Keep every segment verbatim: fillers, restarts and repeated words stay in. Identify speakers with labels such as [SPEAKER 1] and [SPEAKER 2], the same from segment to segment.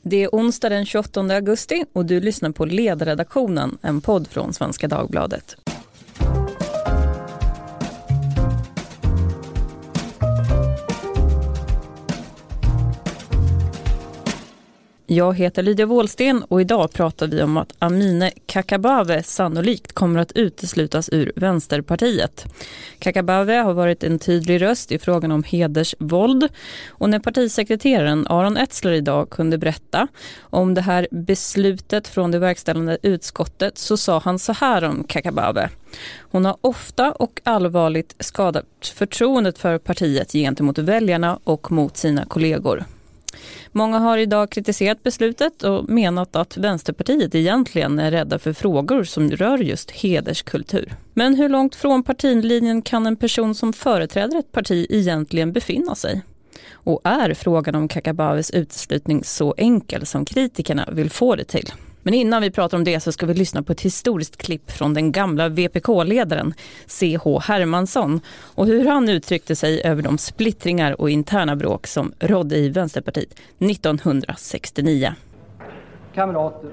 [SPEAKER 1] Det är onsdag den tjugoåttonde augusti och du lyssnar på Ledarredaktionen, en podd från Svenska Dagbladet. Jag heter Lydia Wåhlsten och idag pratar vi om att Amineh Kakabaveh sannolikt kommer att uteslutas ur Vänsterpartiet. Kakabaveh har varit en tydlig röst i frågan om hedersvåld och när partisekreteraren Aron Etzler idag kunde berätta om det här beslutet från det verkställande utskottet så sa han så här om Kakabaveh. Hon har ofta och allvarligt skadat förtroendet för partiet gentemot väljarna och mot sina kollegor. Många har idag kritiserat beslutet och menat att Vänsterpartiet egentligen är rädda för frågor som rör just hederskultur. Men hur långt från partilinjen kan en person som företräder ett parti egentligen befinna sig? Och är frågan om Kakabavehs uteslutning så enkel som kritikerna vill få det till? Men innan vi pratar om det så ska vi lyssna på ett historiskt klipp från den gamla V P K-ledaren C H Hermansson och hur han uttryckte sig över de splittringar och interna bråk som rådde i Vänsterpartiet nittonhundrasextionio.
[SPEAKER 2] Kamrater,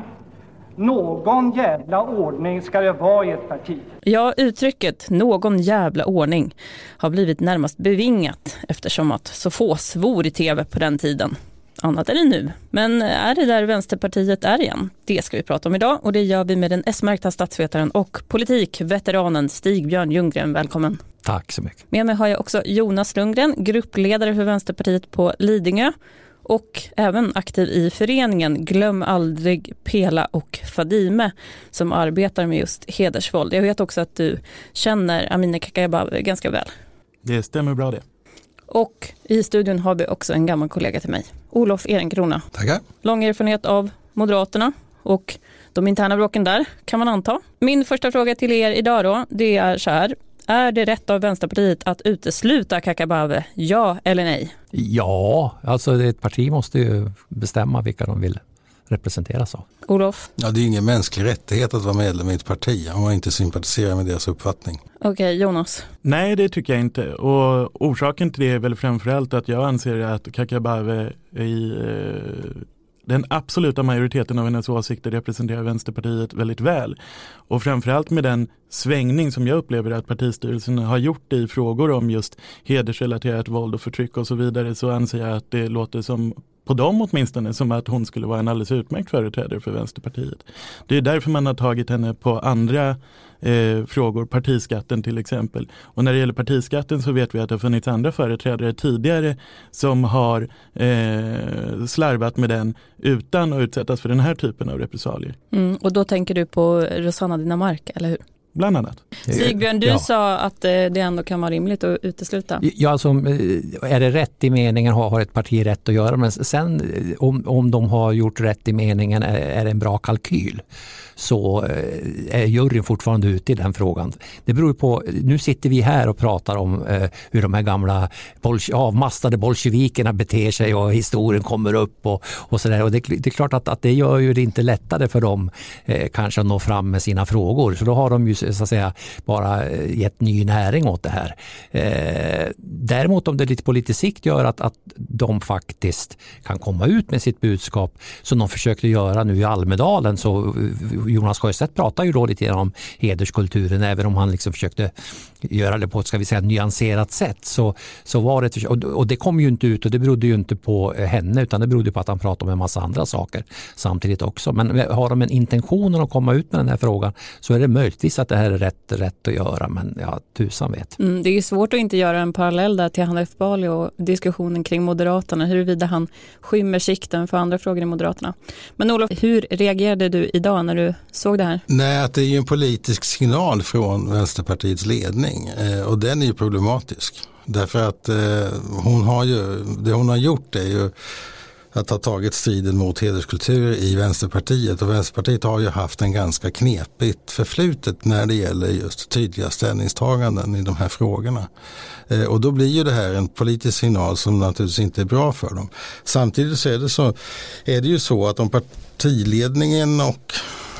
[SPEAKER 2] någon jävla ordning ska det vara i ett parti.
[SPEAKER 1] Ja, uttrycket någon jävla ordning har blivit närmast bevingat eftersom att så få svor i tv på den tiden. Annat är det nu. Men är det där Vänsterpartiet är igen? Det ska vi prata om idag och det gör vi med den S-märkta statsvetaren och politikveteranen Stig-Björn Ljunggren. Välkommen.
[SPEAKER 3] Tack så mycket.
[SPEAKER 1] Med mig har jag också Jonas Lundgren, gruppledare för Vänsterpartiet på Lidingö och även aktiv i föreningen Glöm aldrig Pela och Fadime som arbetar med just hedersvåld. Jag vet också att du känner Amineh Kakabaveh ganska väl.
[SPEAKER 4] Det stämmer bra det.
[SPEAKER 1] Och i studion har vi också en gammal kollega till mig, Olof Ehrenkrona.
[SPEAKER 5] Tackar.
[SPEAKER 1] Lång erfarenhet av Moderaterna och de interna bråken där, kan man anta. Min första fråga till er idag då, det är så här. Är det rätt av Vänsterpartiet att utesluta Kakabaveh? Ja eller nej?
[SPEAKER 3] Ja, alltså ett parti måste ju bestämma vilka de vill representeras av.
[SPEAKER 1] Olof?
[SPEAKER 5] Ja, det är ingen mänsklig rättighet att vara medlem i ett parti om man inte sympatiserar med deras uppfattning.
[SPEAKER 1] Okej, okay, Jonas?
[SPEAKER 4] Nej, det tycker jag inte. Och orsaken till det är väl framförallt att jag anser att Kakabaveh i eh, den absoluta majoriteten av hennes åsikter representerar Vänsterpartiet väldigt väl. Och framförallt med den svängning som jag upplever att partistyrelsen har gjort i frågor om just hedersrelaterat våld och förtryck och så vidare, så anser jag att det låter som på dem åtminstone som att hon skulle vara en alldeles utmärkt företrädare för Vänsterpartiet. Det är därför man har tagit henne på andra eh, frågor, partiskatten till exempel. Och när det gäller partiskatten så vet vi att det har funnits andra företrädare tidigare som har eh, slarvat med den utan att utsättas för den här typen av repressalier.
[SPEAKER 1] Mm, och då tänker du på Rosanna Dinamarca, eller hur?
[SPEAKER 4] Bland annat.
[SPEAKER 1] Sigbjörn, du ja. sa att det ändå kan vara rimligt att utesluta.
[SPEAKER 3] Ja, alltså, är det rätt i meningen har ett parti rätt att göra, men sen om, om de har gjort rätt i meningen är, är det en bra kalkyl, så är juryn fortfarande ute i den frågan. Det beror på, nu sitter vi här och pratar om eh, hur de här gamla bolsch, avmastade bolsjevikerna beter sig och historien kommer upp och, och sådär. Och det, det är klart att, att det gör ju det inte lättare för dem eh, kanske att nå fram med sina frågor. Så då har de ju så att säga bara gett ny näring åt det här. Eh, däremot om det lite på lite sikt gör att, att de faktiskt kan komma ut med sitt budskap som de försökte göra nu i Almedalen, så Jonas Sjöstedt pratar ju då lite grann om hederskulturen, även om han liksom försökte göra det på ett, ska vi säga, nyanserat sätt, så, så var det, och, och det kom ju inte ut, och det berodde ju inte på henne utan det berodde på att han pratade om en massa andra saker samtidigt också. Men har de en intention att komma ut med den här frågan så är det möjligtvis att det här är rätt, rätt att göra, men ja, tusan vet.
[SPEAKER 1] Mm, det är ju svårt att inte göra en parallell där till Hanif Bali och diskussionen kring Moderaterna, huruvida han skymmer sikten för andra frågor i Moderaterna. Men Olof, hur reagerade du idag när du såg det här?
[SPEAKER 5] Nej, att det är ju en politisk signal från Vänsterpartiets ledning eh, och den är ju problematisk. Därför att eh, hon har ju, det hon har gjort är ju att ha tagit striden mot hederskultur i Vänsterpartiet, och Vänsterpartiet har ju haft en ganska knepigt förflutet när det gäller just tydliga ställningstaganden i de här frågorna. Eh, och då blir ju det här en politisk signal som naturligtvis inte är bra för dem. Samtidigt så är det, så, är det ju så att om partiledningen och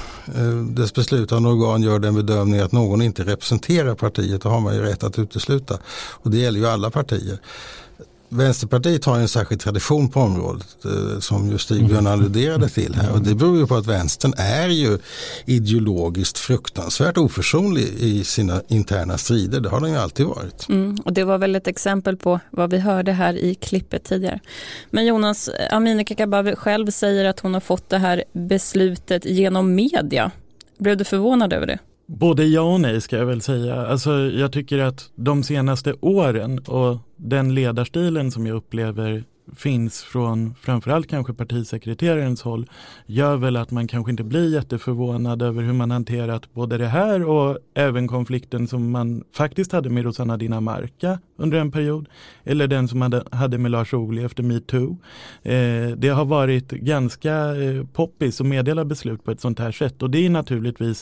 [SPEAKER 5] dess beslutande organ gör den bedömningen att någon inte representerar partiet, då har man ju rätt att utesluta. Och det gäller ju alla partier. Vänsterpartiet har en särskild tradition på området eh, som just Stigbjörn alluderade till här, och det beror ju på att vänstern är ju ideologiskt fruktansvärt oförsonlig i sina interna strider. Det har den ju alltid varit.
[SPEAKER 1] Mm, och det var väl ett exempel på vad vi hörde här i klippet tidigare. Men Jonas, Amineh Kakabaveh själv säger att hon har fått det här beslutet genom media. Blev du förvånad över det?
[SPEAKER 4] Både ja och nej ska jag väl säga. Alltså, jag tycker att de senaste åren och den ledarstilen som jag upplever finns från framförallt kanske partisekreterarens håll gör väl att man kanske inte blir jätteförvånad över hur man hanterat både det här och även konflikten som man faktiskt hade med Rosanna Dinamarca under en period, eller den som man hade med Lars Ohly efter MeToo. Eh, det har varit ganska eh, poppis att meddela beslut på ett sånt här sätt, och det är naturligtvis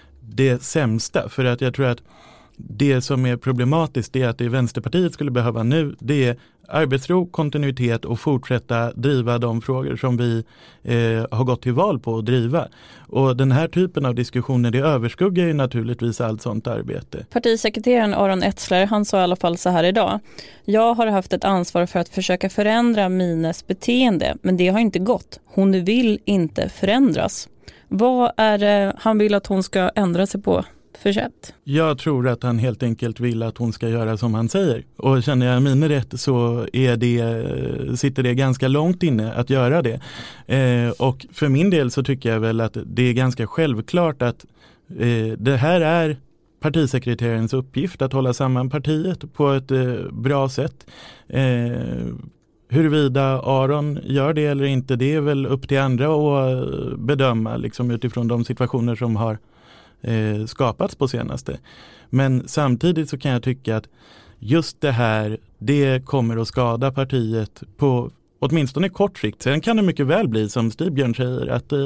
[SPEAKER 4] det sämsta, för att jag tror att det som är problematiskt är att det Vänsterpartiet skulle behöva nu, det är arbetsro, kontinuitet och fortsätta driva de frågor som vi eh, har gått till val på att driva. Och den här typen av diskussioner, det överskuggar ju naturligtvis allt sånt arbete.
[SPEAKER 1] Partisekreteraren Aron Etzler, han sa i alla fall så här idag: jag har haft ett ansvar för att försöka förändra Aminehs beteende, men det har inte gått. Hon vill inte förändras. Vad är det han vill att hon ska ändra sig på för sätt?
[SPEAKER 4] Jag tror att han helt enkelt vill att hon ska göra som han säger. Och känner jag Amineh rätt så är det, sitter det ganska långt inne att göra det. Eh, och för min del så tycker jag väl att det är ganska självklart att eh, det här är partisekreterarens uppgift att hålla samman partiet på ett eh, bra sätt. Eh, Huruvida Aron gör det eller inte, det är väl upp till andra att bedöma liksom, utifrån de situationer som har eh, skapats på senaste. Men samtidigt så kan jag tycka att just det här, det kommer att skada partiet på åtminstone kort sikt. Sen kan det mycket väl bli som Stigbjörn säger att eh,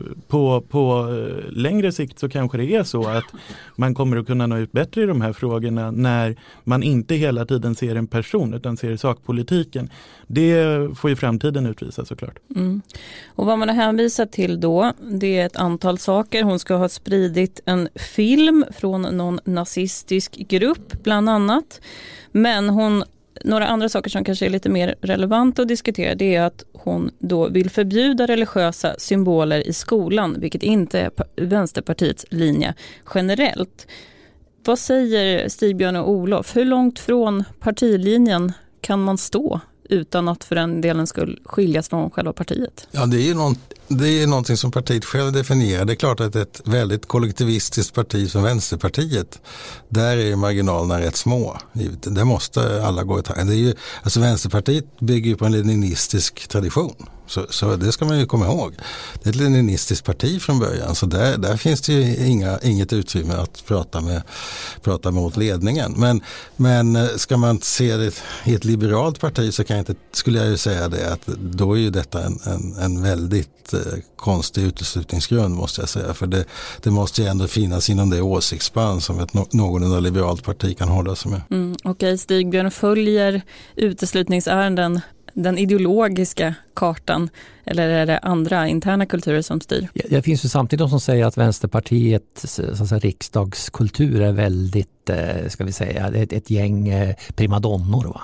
[SPEAKER 4] på, på eh, längre sikt så kanske det är så att man kommer att kunna nå ut bättre i de här frågorna när man inte hela tiden ser en person utan ser sakpolitiken. Det får ju framtiden utvisa såklart.
[SPEAKER 1] Mm. Och vad man har hänvisat till då, det är ett antal saker. Hon ska ha spridit en film från någon nazistisk grupp bland annat. Men hon Några andra saker som kanske är lite mer relevanta att diskutera, det är att hon då vill förbjuda religiösa symboler i skolan, vilket inte är Vänsterpartiets linje generellt. Vad säger Stigbjörn och Olof? Hur långt från partilinjen kan man stå utan att för den delen skulle skiljas från själva partiet?
[SPEAKER 5] Ja, det är ju någon, det är någonting som partiet själv definierar. Det är klart att ett väldigt kollektivistiskt parti som Vänsterpartiet, där är marginalerna rätt små. Det måste alla gå i takt. Det är ju, alltså Vänsterpartiet bygger ju på en leninistisk tradition. Så, så det ska man ju komma ihåg. Det är ett leninistiskt parti från början, så där, där finns det ju inga, inget utrymme att prata, med, prata mot ledningen. Men, men ska man se det i ett liberalt parti så kan jag inte, skulle jag ju säga det, att då är ju detta en, en, en väldigt eh, konstig uteslutningsgrund, måste jag säga. För det, det måste ju ändå finnas inom det åsiktsspann som ett no, någorlunda liberalt parti kan hålla sig med.
[SPEAKER 1] Mm, Okej, Stigbjörn följer uteslutningsärenden den ideologiska kartan, eller är det andra interna kulturer som styr?
[SPEAKER 3] Det finns ju samtidigt de som säger att Vänsterpartiets så att säga, riksdagskultur är väldigt, ska vi säga, ett, ett gäng primadonnor, va?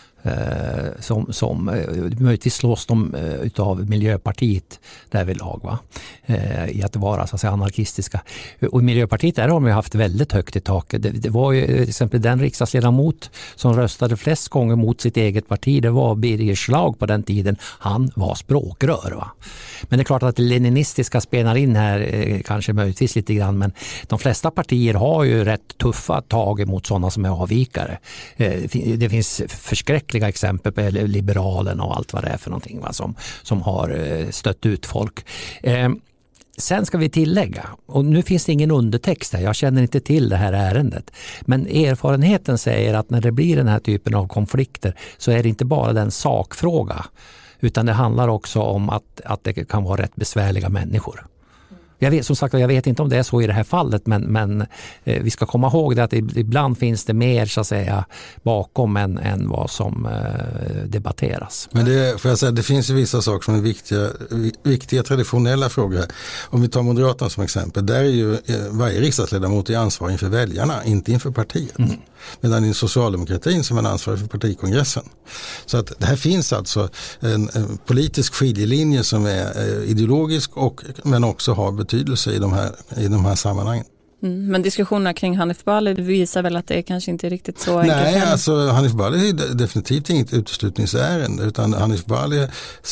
[SPEAKER 3] Eh, som, som möjligtvis slås de eh, utav Miljöpartiet därvidlag, va? Eh, i att vara så att säga anarkistiska. Och i Miljöpartiet där har de ju haft väldigt högt i taket. Det, det var ju till exempel den riksdagsledamot som röstade flest gånger mot sitt eget parti, det var Birger Schlaug på den tiden. Han var språkrör, va? Men det är klart att det leninistiska spelar in här eh, kanske möjligtvis lite grann, men de flesta partier har ju rätt tuffa tag mot sådana som är avvikare. Eh, det finns förskräckliga exempel på Liberalen och allt vad det är för någonting, va, som, som har stött ut folk. Eh, sen ska vi tillägga, och nu finns det ingen undertext här, jag känner inte till det här ärendet, men erfarenheten säger att när det blir den här typen av konflikter så är det inte bara den sakfråga, utan det handlar också om att, att det kan vara rätt besvärliga människor. Jag vet, som sagt, jag vet inte om det är så i det här fallet, men, men eh, vi ska komma ihåg det att ibland finns det mer så att säga bakom än, än vad som eh, debatteras.
[SPEAKER 5] Men det, får jag säga, det finns ju vissa saker som är viktiga, viktiga traditionella frågor här. Om vi tar Moderaterna som exempel, där är ju varje riksdagsledamot är ansvarig inför väljarna, inte inför partiet. Mm. Medan i socialdemokratin som är ansvarig för partikongressen. Så att det här finns alltså en, en politisk skiljelinje som är eh, ideologisk och, men också har betydelse i de här, i de här sammanhangen.
[SPEAKER 1] Mm, men diskussionerna kring Hanif Bali visar väl att det är kanske inte riktigt så enkelt.
[SPEAKER 5] Nej, alltså Hanif Bali är definitivt inget uteslutningsärende, utan Hanif Balis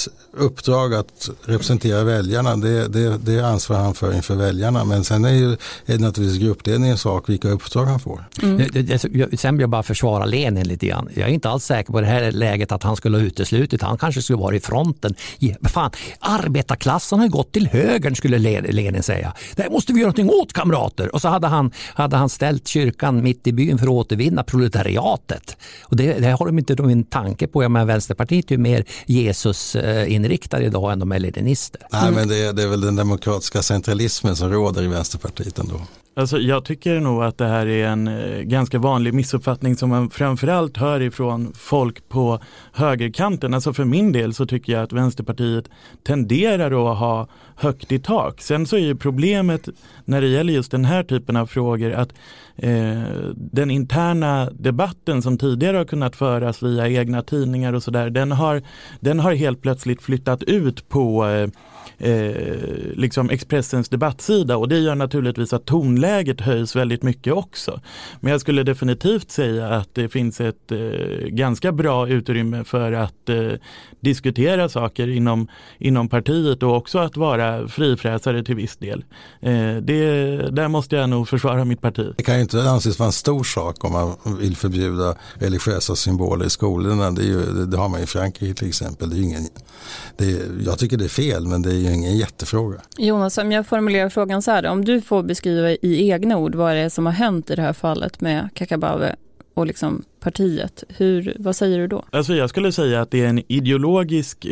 [SPEAKER 5] uppdrag att representera väljarna, det, det, det ansvarar han för inför väljarna. Men sen är, ju, är det naturligtvis gruppledningens sak vilka uppdrag han får.
[SPEAKER 1] Mm.
[SPEAKER 3] Det, det, sen vill jag bara försvara Lenin lite grann. Jag är inte alls säker på det här läget att han skulle ha uteslutit. Han kanske skulle vara i fronten. Ja, fan, arbetarklassen har gått till högern, skulle Lenin säga. Det här måste vi göra någonting åt, kamrater. Och så hade han, hade han ställt kyrkan mitt i byn för att återvinna proletariatet. Och det, det har de inte de en tanke på. Jag menar, Vänsterpartiet är ju mer Jesus-inriktade idag än de är leninister.
[SPEAKER 5] Nej, mm. men det är, det är väl den demokratiska centralismen som råder i Vänsterpartiet ändå.
[SPEAKER 4] Alltså, jag tycker nog att det här är en eh, ganska vanlig missuppfattning som man framförallt hör ifrån folk på högerkanten. Alltså för min del så tycker jag att Vänsterpartiet tenderar att ha högt i tak. Sen så är ju problemet när det gäller just den här typen av frågor att eh, den interna debatten som tidigare har kunnat föras via egna tidningar och sådär, den har, den har helt plötsligt flyttat ut på eh, Eh, liksom Expressens debattsida, och det gör naturligtvis att tonläget höjs väldigt mycket också. Men jag skulle definitivt säga att det finns ett eh, ganska bra utrymme för att eh, diskutera saker inom, inom partiet och också att vara frifräsare till viss del. Eh, det, där måste jag nog försvara mitt parti.
[SPEAKER 5] Det kan ju inte anses vara en stor sak om man vill förbjuda religiösa symboler i skolorna. Det, är ju, det, det har man i Frankrike till exempel. Det är ingen, det är, jag tycker det är fel, men det är ju ingen jättefråga.
[SPEAKER 1] Jonas, om jag formulerar frågan så här, om du får beskriva i egna ord vad det är som har hänt i det här fallet med Kakabaveh och liksom partiet, hur, vad säger du då?
[SPEAKER 4] Alltså jag skulle säga att det är en ideologisk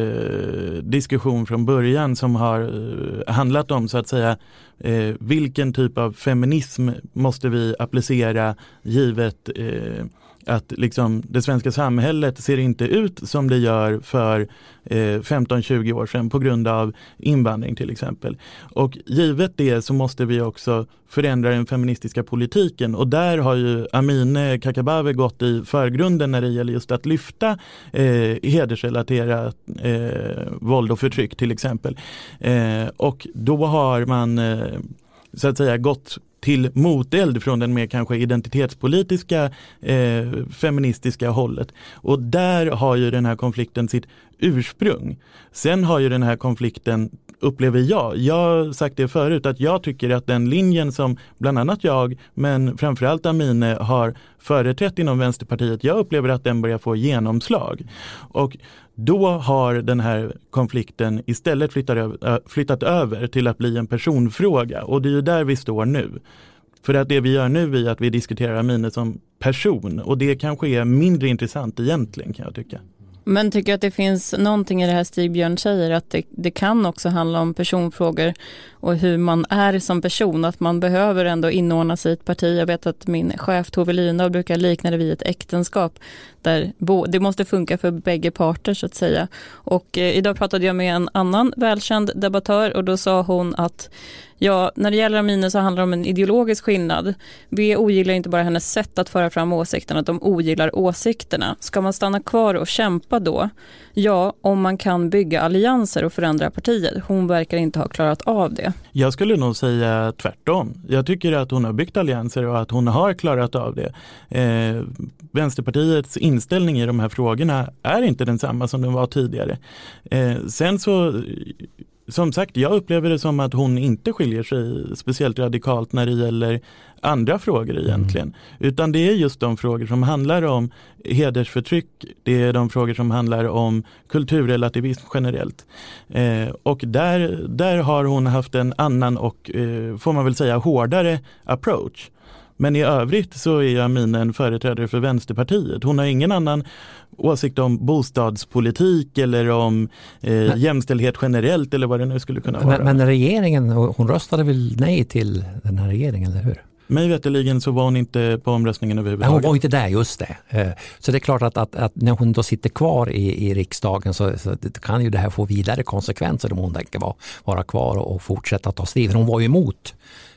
[SPEAKER 4] eh, diskussion från början som har eh, handlat om så att säga eh, vilken typ av feminism måste vi applicera givet eh, att liksom det svenska samhället ser inte ut som det gör för eh, femton tjugo år sedan på grund av invandring till exempel. Och givet det så måste vi också förändra den feministiska politiken, och där har ju Amineh Kakabaveh gått i förgrunden när det gäller just att lyfta eh, hedersrelaterat eh, våld och förtryck till exempel. Eh, och då har man eh, så att säga gått till moteld från den mer kanske identitetspolitiska eh, feministiska hållet. Och där har ju den här konflikten sitt ursprung. Sen har ju den här konflikten, upplever jag, jag har sagt det förut, att jag tycker att den linjen som bland annat jag, men framförallt Amineh har företrätt inom Vänsterpartiet, jag upplever att den börjar få genomslag. Och då har den här konflikten istället flyttat över, flyttat över till att bli en personfråga, och det är ju där vi står nu. För att det vi gör nu är att vi diskuterar Amineh som person, och det kanske är mindre intressant egentligen, kan jag tycka.
[SPEAKER 1] Men tycker att det finns någonting i det här Stig Björn säger, att det, det kan också handla om personfrågor och hur man är som person, att man behöver ändå inordna sig i ett parti. Jag vet att min chef Tove Lindahl brukar likna det vid ett äktenskap där bo, det måste funka för bägge parter så att säga. Och eh, idag pratade jag med en annan välkänd debattör, och då sa hon att ja, när det gäller Amineh så handlar det om en ideologisk skillnad. Vi ogillar inte bara hennes sätt att föra fram åsikterna, att de ogillar åsikterna. Ska man stanna kvar och kämpa då? Ja, om man kan bygga allianser och förändra partiet. Hon verkar inte ha klarat av det.
[SPEAKER 4] Jag skulle nog säga tvärtom. Jag tycker att hon har byggt allianser och att hon har klarat av det. Eh, Vänsterpartiets inställning i de här frågorna är inte densamma som den var tidigare. Eh, sen så... Som sagt, jag upplever det som att hon inte skiljer sig speciellt radikalt när det gäller andra frågor egentligen. Mm. Utan det är just de frågor som handlar om hedersförtryck, det är de frågor som handlar om kulturrelativism generellt. Eh, och där, där har hon haft en annan och, eh, får man väl säga, hårdare approach. Men i övrigt så är Amine en företrädare för Vänsterpartiet. Hon har ingen annan åsikt om bostadspolitik eller om eh, men, jämställdhet generellt eller vad det nu skulle kunna vara.
[SPEAKER 3] Men, men regeringen, hon röstade väl nej till den här regeringen, eller hur?
[SPEAKER 4] Mig veterligen så var hon inte på omröstningen överhuvudtaget.
[SPEAKER 3] Nej, hon var inte där, just det. Så det är klart att, att, att när hon då sitter kvar i, i riksdagen så, så kan ju det här få vidare konsekvenser om hon tänker vara, vara kvar och, och fortsätta ta strid. Hon var ju emot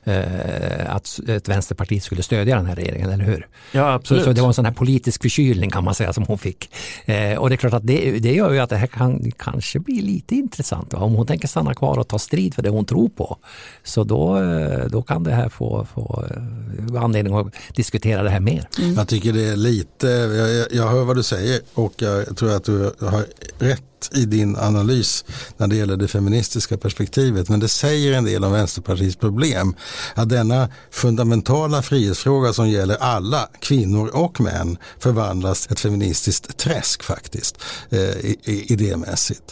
[SPEAKER 3] eh, att ett vänsterparti skulle stödja den här regeringen, eller hur?
[SPEAKER 4] Ja, absolut.
[SPEAKER 3] Så, så det var en sån här politisk förkylning kan man säga som hon fick. Eh, och det är klart att det, det gör ju att det här kan kanske bli lite intressant. Va? Om hon tänker stanna kvar och ta strid för det hon tror på, så då, då kan det här få, få anledning att diskutera det här mer.
[SPEAKER 5] Mm. Jag tycker det är lite, jag, jag hör vad du säger och jag tror att du har rätt i din analys när det gäller det feministiska perspektivet, men det säger en del om Vänsterpartiets problem att denna fundamentala frihetsfråga som gäller alla, kvinnor och män, förvandlas ett feministiskt träsk faktiskt eh, idémässigt.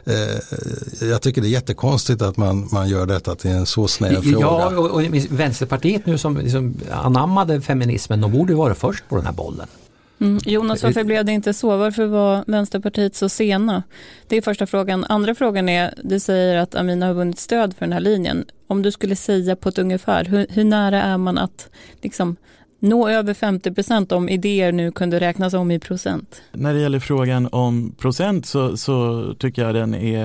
[SPEAKER 5] Eh, jag tycker det är jättekonstigt att man, man gör detta till en så snäv fråga.
[SPEAKER 3] Ja, och, och Vänsterpartiet nu som liksom anammade feminismen, de borde ju vara först på den här bollen.
[SPEAKER 1] Mm. Jonas, varför blev det inte så? Varför var Vänsterpartiet så sena? Det är första frågan. Andra frågan är, du säger att Amina har vunnit stöd för den här linjen. Om du skulle säga på ett ungefär, hur, hur nära är man att liksom nå över femtio procent om idéer nu kunde räknas om i procent?
[SPEAKER 4] När det gäller frågan om procent så, så tycker jag den är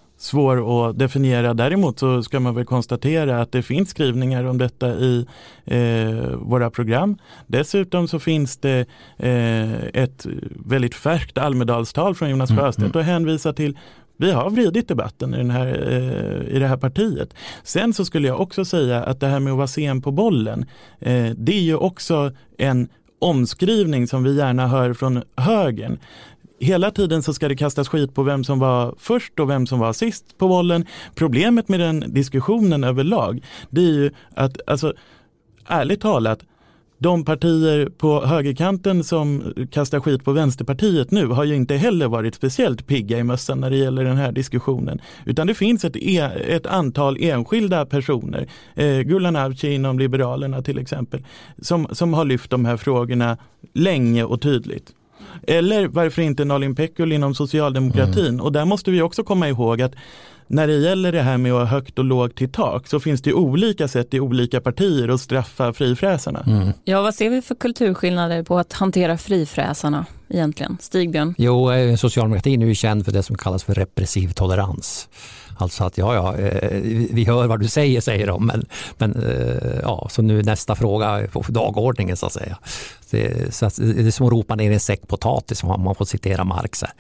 [SPEAKER 4] svår att definiera. Däremot så ska man väl konstatera att det finns skrivningar om detta i eh, våra program. Dessutom så finns det eh, ett väldigt färskt Almedalstal från Jonas Sjöstedt mm, mm. och hänvisar till vi har vridit debatten i, den här, eh, i det här partiet. Sen så skulle jag också säga att det här med att vara sen på bollen, eh, det är ju också en omskrivning som vi gärna hör från högern. Hela tiden så ska det kastas skit på vem som var först och vem som var sist på bollen. Problemet med den diskussionen överlag, det är ju att, alltså, ärligt talat, de partier på högerkanten som kastar skit på Vänsterpartiet nu har ju inte heller varit speciellt pigga i mössan när det gäller den här diskussionen. Utan det finns ett, e- ett antal enskilda personer, eh, Gulan Avci inom Liberalerna till exempel, som, som har lyft de här frågorna länge och tydligt. Eller varför inte Nalin Pekgul inom socialdemokratin. Mm. Och där måste vi också komma ihåg att när det gäller det här med att ha högt och lågt till tak så finns det olika sätt i olika partier att straffa frifräsarna. Mm.
[SPEAKER 1] Ja, vad ser vi för kulturskillnader på att hantera frifräsarna egentligen? Stigbjörn?
[SPEAKER 3] Jo, socialdemokratin är ju känd för det som kallas för repressiv tolerans. Alltså att ja, ja, vi hör vad du säger, säger de, men, men ja, så nu nästa fråga på dagordningen så att säga. Det, så att, det är som att ropa ner en säck potatis som man får citera Marx här.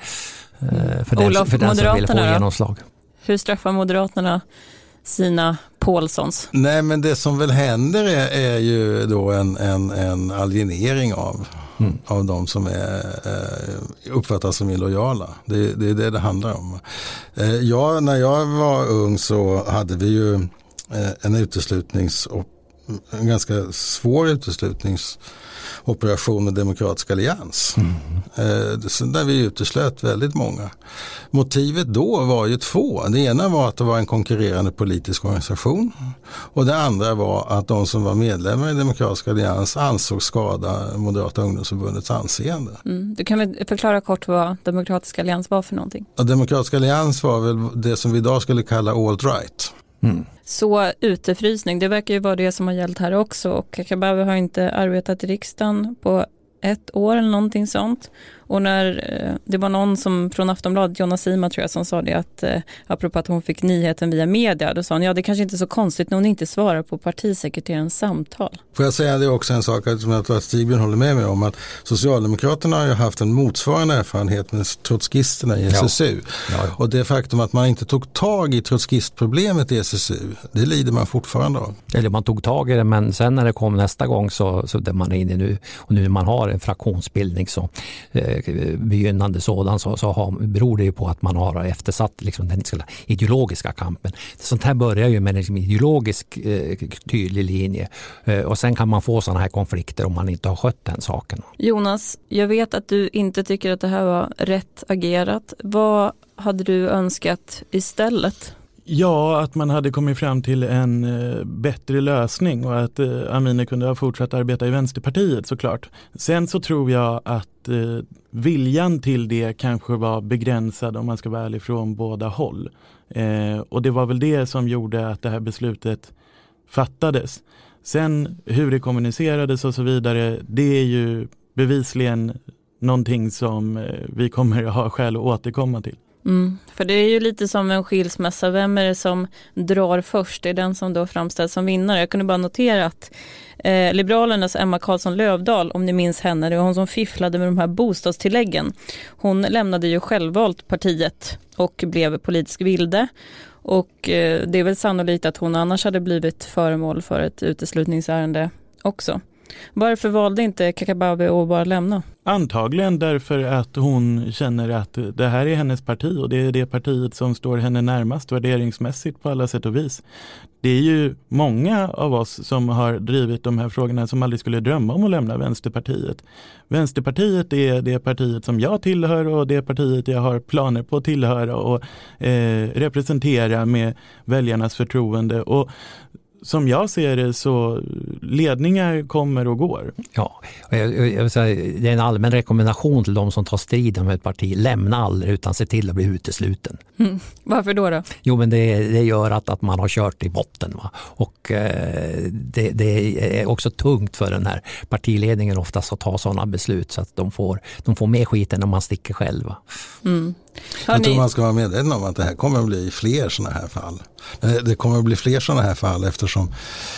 [SPEAKER 3] Mm. För den,
[SPEAKER 1] Olof,
[SPEAKER 3] för den som vill få genomslag.
[SPEAKER 1] Hur straffar Moderaterna sina Paulssons?
[SPEAKER 5] Nej, men det som väl händer är, är ju då en, en, en alienering av, mm. av de som är, uppfattas som illojala. Det, det är det det handlar om. Ja, när jag var ung så hade vi ju en uteslutnings en ganska svår uteslutningsoperation med Demokratisk allians. Mm. Där vi uteslöt väldigt många. Motivet då var ju två. Det ena var att det var en konkurrerande politisk organisation och det andra var att de som var medlemmar i Demokratisk allians ansåg skada Moderata ungdomsförbundets anseende.
[SPEAKER 1] Mm. Du kan väl förklara kort vad Demokratisk allians var för någonting?
[SPEAKER 5] Ja, Demokratisk allians var väl det som vi idag skulle kalla alt-right.
[SPEAKER 1] Mm. Så utefrysning, det verkar ju vara det som har gällt här också, och Kakabaveh har inte arbetat i riksdagen på ett år eller någonting sånt. Och när eh, det var någon som från Aftonbladet, Jonna Sima tror jag, som sa det att eh, apropå att hon fick nyheten via media, då sa hon, ja det kanske inte är så konstigt när hon inte svarar på partisekreterarens samtal.
[SPEAKER 5] Får jag säga det också en sak som jag tror att Stigbjörn håller med mig om, att Socialdemokraterna har ju haft en motsvarande erfarenhet med trotskisterna i S S U. Ja. Ja, ja. Och det faktum att man inte tog tag i trotskistproblemet i S S U, det lider man fortfarande av.
[SPEAKER 3] Eller man tog tag i det, men sen när det kom nästa gång så, så där man är inne nu, och nu när man har en fraktionsbildning så eh, begynnande sådan så, så har, beror det ju på att man har eftersatt liksom, den ideologiska kampen. Sånt här börjar ju med en liksom, ideologisk eh, tydlig linje eh, och sen kan man få sådana här konflikter om man inte har skött den saken.
[SPEAKER 1] Jonas, jag vet att du inte tycker att det här var rätt agerat. Vad hade du önskat istället?
[SPEAKER 4] Ja, att man hade kommit fram till en eh, bättre lösning och att eh, Amineh kunde ha fortsatt arbeta i Vänsterpartiet såklart. Sen så tror jag att eh, viljan till det kanske var begränsad om man ska vara ärlig från båda håll. Eh, och det var väl det som gjorde att det här beslutet fattades. Sen hur det kommunicerades och så vidare, det är ju bevisligen någonting som eh, vi kommer att ha skäl att återkomma till.
[SPEAKER 1] Mm, för det är ju lite som en skilsmässa. Vem är det som drar först? Det är den som då framställs som vinnare. Jag kunde bara notera att eh, Liberalernas Emma Karlsson Lövdahl, om ni minns henne, det var hon som fifflade med de här bostadstilläggen. Hon lämnade ju självvalt partiet och blev politisk vilde. Och eh, det är väl sannolikt att hon annars hade blivit föremål för ett uteslutningsärende också. Varför valde inte Kakabaveh att bara lämna?
[SPEAKER 4] Antagligen därför att hon känner att det här är hennes parti och det är det partiet som står henne närmast värderingsmässigt på alla sätt och vis. Det är ju många av oss som har drivit de här frågorna som aldrig skulle drömma om att lämna Vänsterpartiet. Vänsterpartiet är det partiet som jag tillhör och det partiet jag har planer på att tillhöra och eh, representera med väljarnas förtroende. Och som jag ser det så ledningar kommer och går.
[SPEAKER 3] Ja, jag, jag vill säga, det är en allmän rekommendation till de som tar strid med ett parti. Lämna aldrig utan se till att bli utesluten.
[SPEAKER 1] Mm. Varför då då?
[SPEAKER 3] Jo, men det, det gör att, att man har kört i botten. Va? Och eh, det, det är också tungt för den här partiledningen oftast att ta sådana beslut så att de får, de får mer skit än om man sticker själva.
[SPEAKER 1] Mm.
[SPEAKER 5] Jag tror man ska vara medveten om att det här kommer att bli fler sådana här fall. Det kommer att bli fler sådana här fall eftersom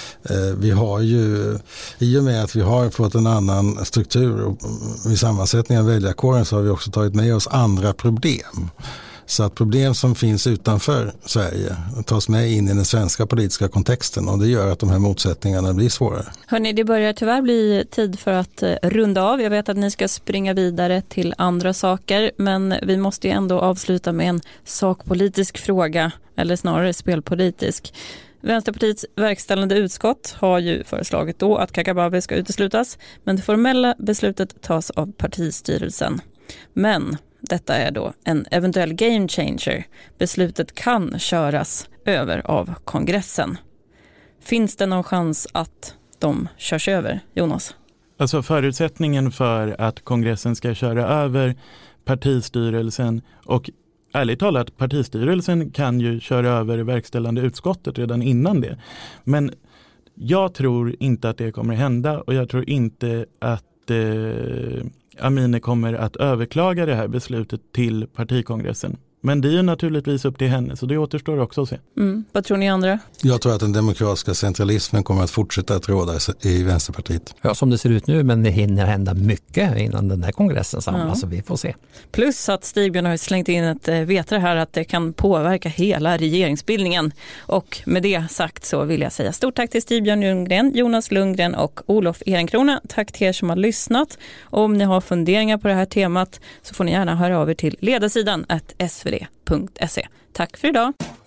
[SPEAKER 5] eh, vi har ju, i och med att vi har fått en annan struktur och vid sammansättningen av väljarkåren så har vi också tagit med oss andra problem. Så att problem som finns utanför Sverige tas med in i den svenska politiska kontexten och det gör att de här motsättningarna blir svårare.
[SPEAKER 1] Hörrni, det börjar tyvärr bli tid för att runda av. Jag vet att ni ska springa vidare till andra saker, men vi måste ju ändå avsluta med en sakpolitisk fråga, eller snarare spelpolitisk. Vänsterpartiets verkställande utskott har ju föreslagit då att Kakabaveh ska uteslutas, men det formella beslutet tas av partistyrelsen. Men detta är då en eventuell game changer. Beslutet kan köras över av kongressen. Finns det någon chans att de körs över, Jonas?
[SPEAKER 4] Alltså förutsättningen för att kongressen ska köra över partistyrelsen och ärligt talat, partistyrelsen kan ju köra över verkställande utskottet redan innan det. Men jag tror inte att det kommer hända och jag tror inte att eh, Amineh kommer att överklaga det här beslutet till partikongressen. Men det är naturligtvis upp till henne, så det återstår också att se.
[SPEAKER 1] Mm. Vad tror ni andra?
[SPEAKER 5] Jag tror att den demokratiska centralismen kommer att fortsätta att råda i Vänsterpartiet.
[SPEAKER 3] Ja, som det ser ut nu, men det hinner hända mycket innan den här kongressen samlas,
[SPEAKER 1] ja.
[SPEAKER 3] Så vi får se.
[SPEAKER 1] Plus att Stigbjörn har slängt in ett vetre här att det kan påverka hela regeringsbildningen. Och med det sagt så vill jag säga stort tack till Stigbjörn Lundgren, Jonas Lundgren och Olof Ehrenkrona. Tack till er som har lyssnat. Och om ni har funderingar på det här temat så får ni gärna höra av er till ledarsidan at s v d punkt se. Tack för idag!